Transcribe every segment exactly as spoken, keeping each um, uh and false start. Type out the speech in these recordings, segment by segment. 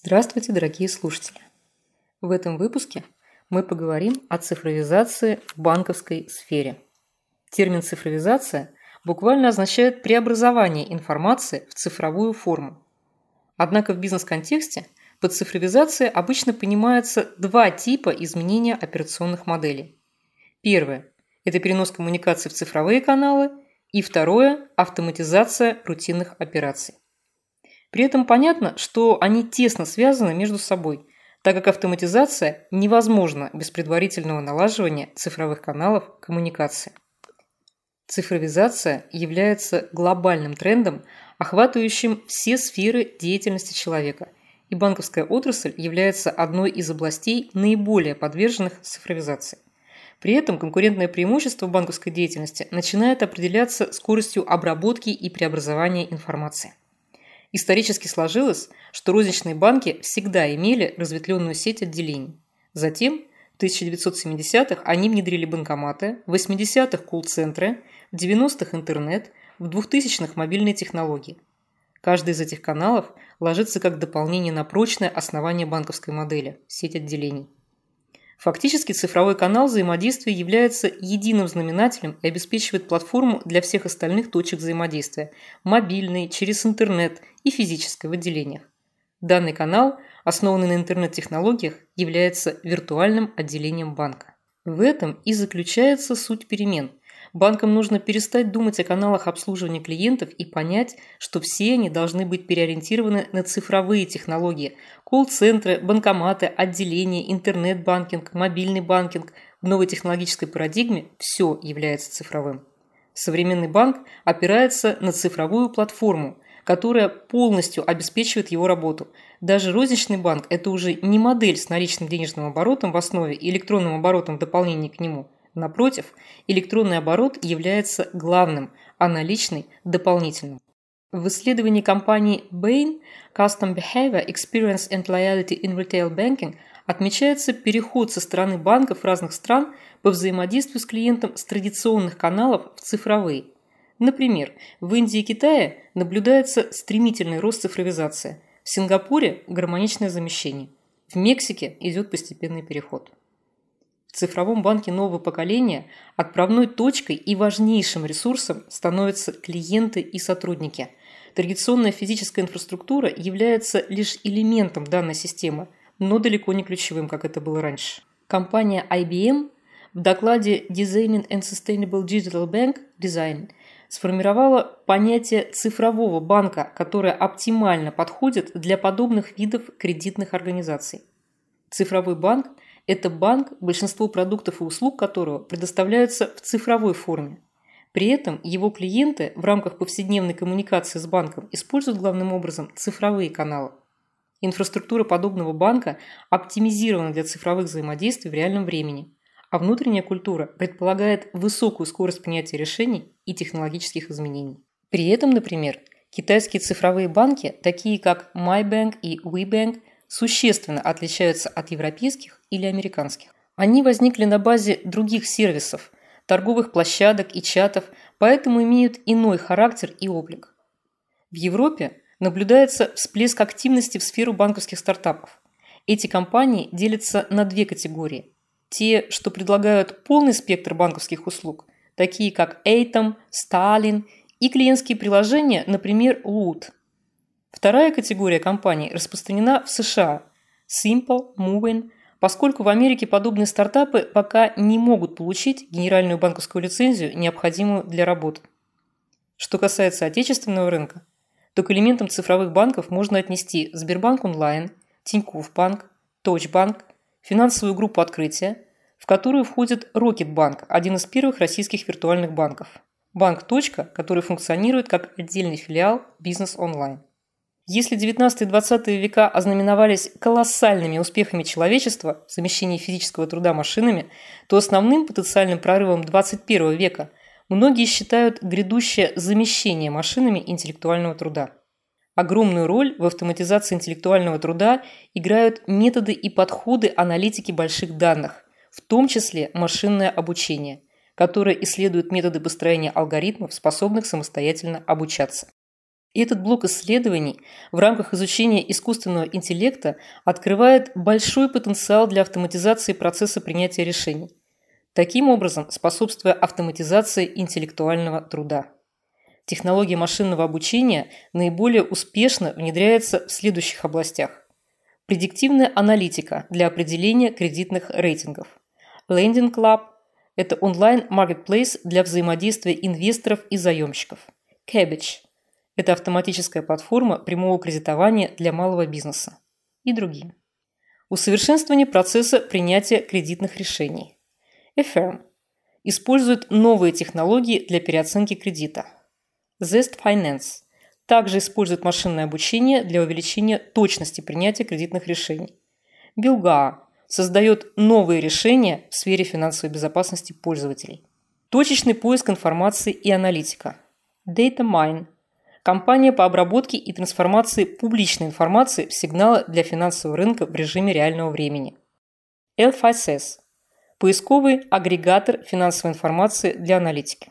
Здравствуйте, дорогие слушатели! В этом выпуске мы поговорим о цифровизации в банковской сфере. Термин «цифровизация» буквально означает преобразование информации в цифровую форму. Однако в бизнес-контексте под цифровизацией обычно понимается два типа изменения операционных моделей. Первое – это перенос коммуникаций в цифровые каналы, и второе – автоматизация рутинных операций. При этом понятно, что они тесно связаны между собой, так как автоматизация невозможна без предварительного налаживания цифровых каналов коммуникации. Цифровизация является глобальным трендом, охватывающим все сферы деятельности человека, и банковская отрасль является одной из областей, наиболее подверженных цифровизации. При этом конкурентное преимущество банковской деятельности начинает определяться скоростью обработки и преобразования информации. Исторически сложилось, что розничные банки всегда имели разветвленную сеть отделений. Затем, в тысяча девятьсот семидесятых они внедрили банкоматы, в восьмидесятых – колл-центры, в девяностых – интернет, в двухтысячных – мобильные технологии. Каждый из этих каналов ложится как дополнение на прочное основание банковской модели – сеть отделений. Фактически цифровой канал взаимодействия является единым знаменателем и обеспечивает платформу для всех остальных точек взаимодействия – мобильной, через интернет и физической в отделениях. Данный канал, основанный на интернет-технологиях, является виртуальным отделением банка. В этом и заключается суть перемен. Банкам нужно перестать думать о каналах обслуживания клиентов и понять, что все они должны быть переориентированы на цифровые технологии – колл-центры, банкоматы, отделения, интернет-банкинг, мобильный банкинг. В новой технологической парадигме все является цифровым. Современный банк опирается на цифровую платформу, которая полностью обеспечивает его работу. Даже розничный банк – это уже не модель с наличным денежным оборотом в основе и электронным оборотом в дополнение к нему. Напротив, электронный оборот является главным, а наличный – дополнительным. В исследовании компании Bain Custom Behavior, Experience and Loyalty in Retail Banking отмечается переход со стороны банков разных стран по взаимодействию с клиентом с традиционных каналов в цифровые. Например, в Индии и Китае наблюдается стремительный рост цифровизации, в Сингапуре – гармоничное замещение, в Мексике идет постепенный переход. В цифровом банке нового поколения отправной точкой и важнейшим ресурсом становятся клиенты и сотрудники. Традиционная физическая инфраструктура является лишь элементом данной системы, но далеко не ключевым, как это было раньше. Компания ай би эм в докладе Designing and Sustainable Digital Bank Design сформировала понятие цифрового банка, которое оптимально подходит для подобных видов кредитных организаций. Цифровой банк – это банк, большинство продуктов и услуг которого предоставляются в цифровой форме. При этом его клиенты в рамках повседневной коммуникации с банком используют главным образом цифровые каналы. Инфраструктура подобного банка оптимизирована для цифровых взаимодействий в реальном времени, а внутренняя культура предполагает высокую скорость принятия решений и технологических изменений. При этом, например, китайские цифровые банки, такие как MyBank и WeBank, существенно отличаются от европейских или американских. Они возникли на базе других сервисов, торговых площадок и чатов, поэтому имеют иной характер и облик. В Европе наблюдается всплеск активности в сферу банковских стартапов. Эти компании делятся на две категории. Те, что предлагают полный спектр банковских услуг, такие как Atom, Starling, и клиентские приложения, например, Loot. Вторая категория компаний распространена в США – Simple, Moving, поскольку в Америке подобные стартапы пока не могут получить генеральную банковскую лицензию, необходимую для работы. Что касается отечественного рынка, то к элементам цифровых банков можно отнести Сбербанк онлайн, Тинькофф Банк, Точбанк, финансовую группу «Открытие», в которую входит Рокетбанк, один из первых российских виртуальных банков, Банк Точка, который функционирует как отдельный филиал Бизнес Онлайн. Если девятнадцатый и двадцатый века ознаменовались колоссальными успехами человечества в замещении физического труда машинами, то основным потенциальным прорывом двадцать первого века многие считают грядущее замещение машинами интеллектуального труда. Огромную роль в автоматизации интеллектуального труда играют методы и подходы аналитики больших данных, в том числе машинное обучение, которое исследует методы построения алгоритмов, способных самостоятельно обучаться. И этот блок исследований в рамках изучения искусственного интеллекта открывает большой потенциал для автоматизации процесса принятия решений, таким образом способствуя автоматизации интеллектуального труда. Технология машинного обучения наиболее успешно внедряется в следующих областях. Предиктивная аналитика для определения кредитных рейтингов. Lending Club – это онлайн-маркетплейс для взаимодействия инвесторов и заемщиков. Kabbage – это автоматическая платформа прямого кредитования для малого бизнеса. И другие. Усовершенствование процесса принятия кредитных решений. Affirm – использует новые технологии для переоценки кредита. Zest Finance также использует машинное обучение для увеличения точности принятия кредитных решений. Bilgaa создает новые решения в сфере финансовой безопасности пользователей. Точечный поиск информации и аналитика. DataMine – компания по обработке и трансформации публичной информации в сигналы для финансового рынка в режиме реального времени. эл эф эс эс – поисковый агрегатор финансовой информации для аналитики.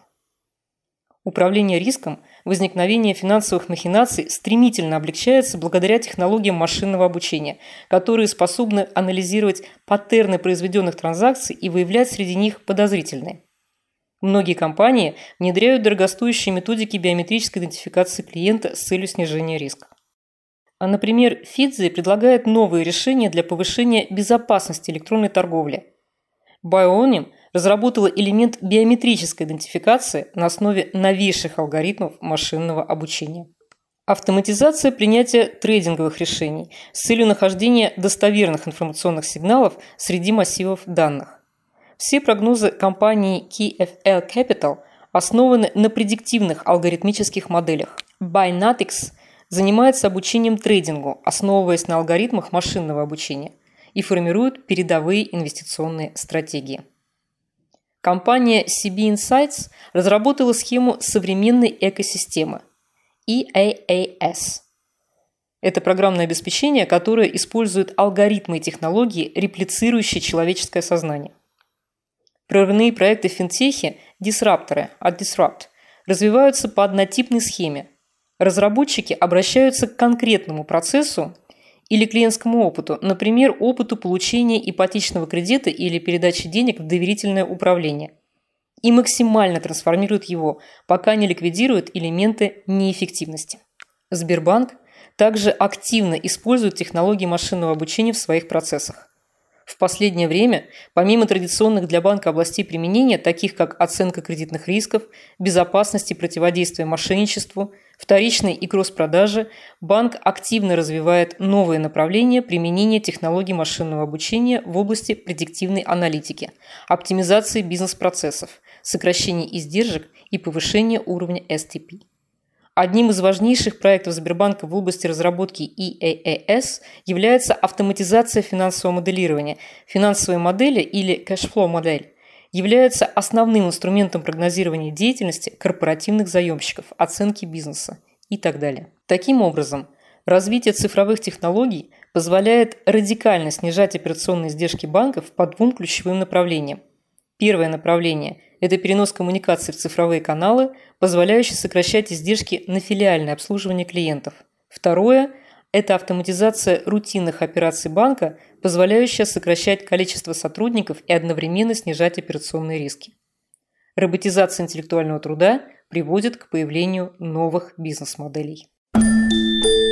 Управление риском возникновения финансовых махинаций стремительно облегчается благодаря технологиям машинного обучения, которые способны анализировать паттерны произведенных транзакций и выявлять среди них подозрительные. Многие компании внедряют дорогостоящие методики биометрической идентификации клиента с целью снижения риска. А, например, Fitzy предлагает новые решения для повышения безопасности электронной торговли. Bionim разработала элемент биометрической идентификации на основе новейших алгоритмов машинного обучения. Автоматизация принятия трейдинговых решений с целью нахождения достоверных информационных сигналов среди массивов данных. Все прогнозы компании кей эф эл Capital основаны на предиктивных алгоритмических моделях. Bynatics занимается обучением трейдингу, основываясь на алгоритмах машинного обучения, и формирует передовые инвестиционные стратегии. Компания си би Insights разработала схему современной экосистемы и эй эй эс. Это программное обеспечение, которое использует алгоритмы и технологии, реплицирующие человеческое сознание. Прорывные проекты в финтехе, дисрапторы от Disrupt, развиваются по однотипной схеме. Разработчики обращаются к конкретному процессу или клиентскому опыту, например, опыту получения ипотечного кредита или передачи денег в доверительное управление, и максимально трансформируют его, пока не ликвидируют элементы неэффективности. Сбербанк также активно использует технологии машинного обучения в своих процессах. В последнее время, помимо традиционных для банка областей применения, таких как оценка кредитных рисков, безопасность и противодействие мошенничеству, вторичной и кросс-продажи, банк активно развивает новые направления применения технологий машинного обучения в области предиктивной аналитики, оптимизации бизнес-процессов, сокращения издержек и повышения уровня эс ти пи. Одним из важнейших проектов Сбербанка в области разработки и эй эй эс является автоматизация финансового моделирования. Финансовые модели или кэшфлоу-модель являются основным инструментом прогнозирования деятельности корпоративных заемщиков, оценки бизнеса и так далее. Таким образом, развитие цифровых технологий позволяет радикально снижать операционные издержки банков по двум ключевым направлениям. Первое направление – это перенос коммуникаций в цифровые каналы, позволяющий сокращать издержки на филиальное обслуживание клиентов. Второе – это автоматизация рутинных операций банка, позволяющая сокращать количество сотрудников и одновременно снижать операционные риски. Роботизация интеллектуального труда приводит к появлению новых бизнес-моделей.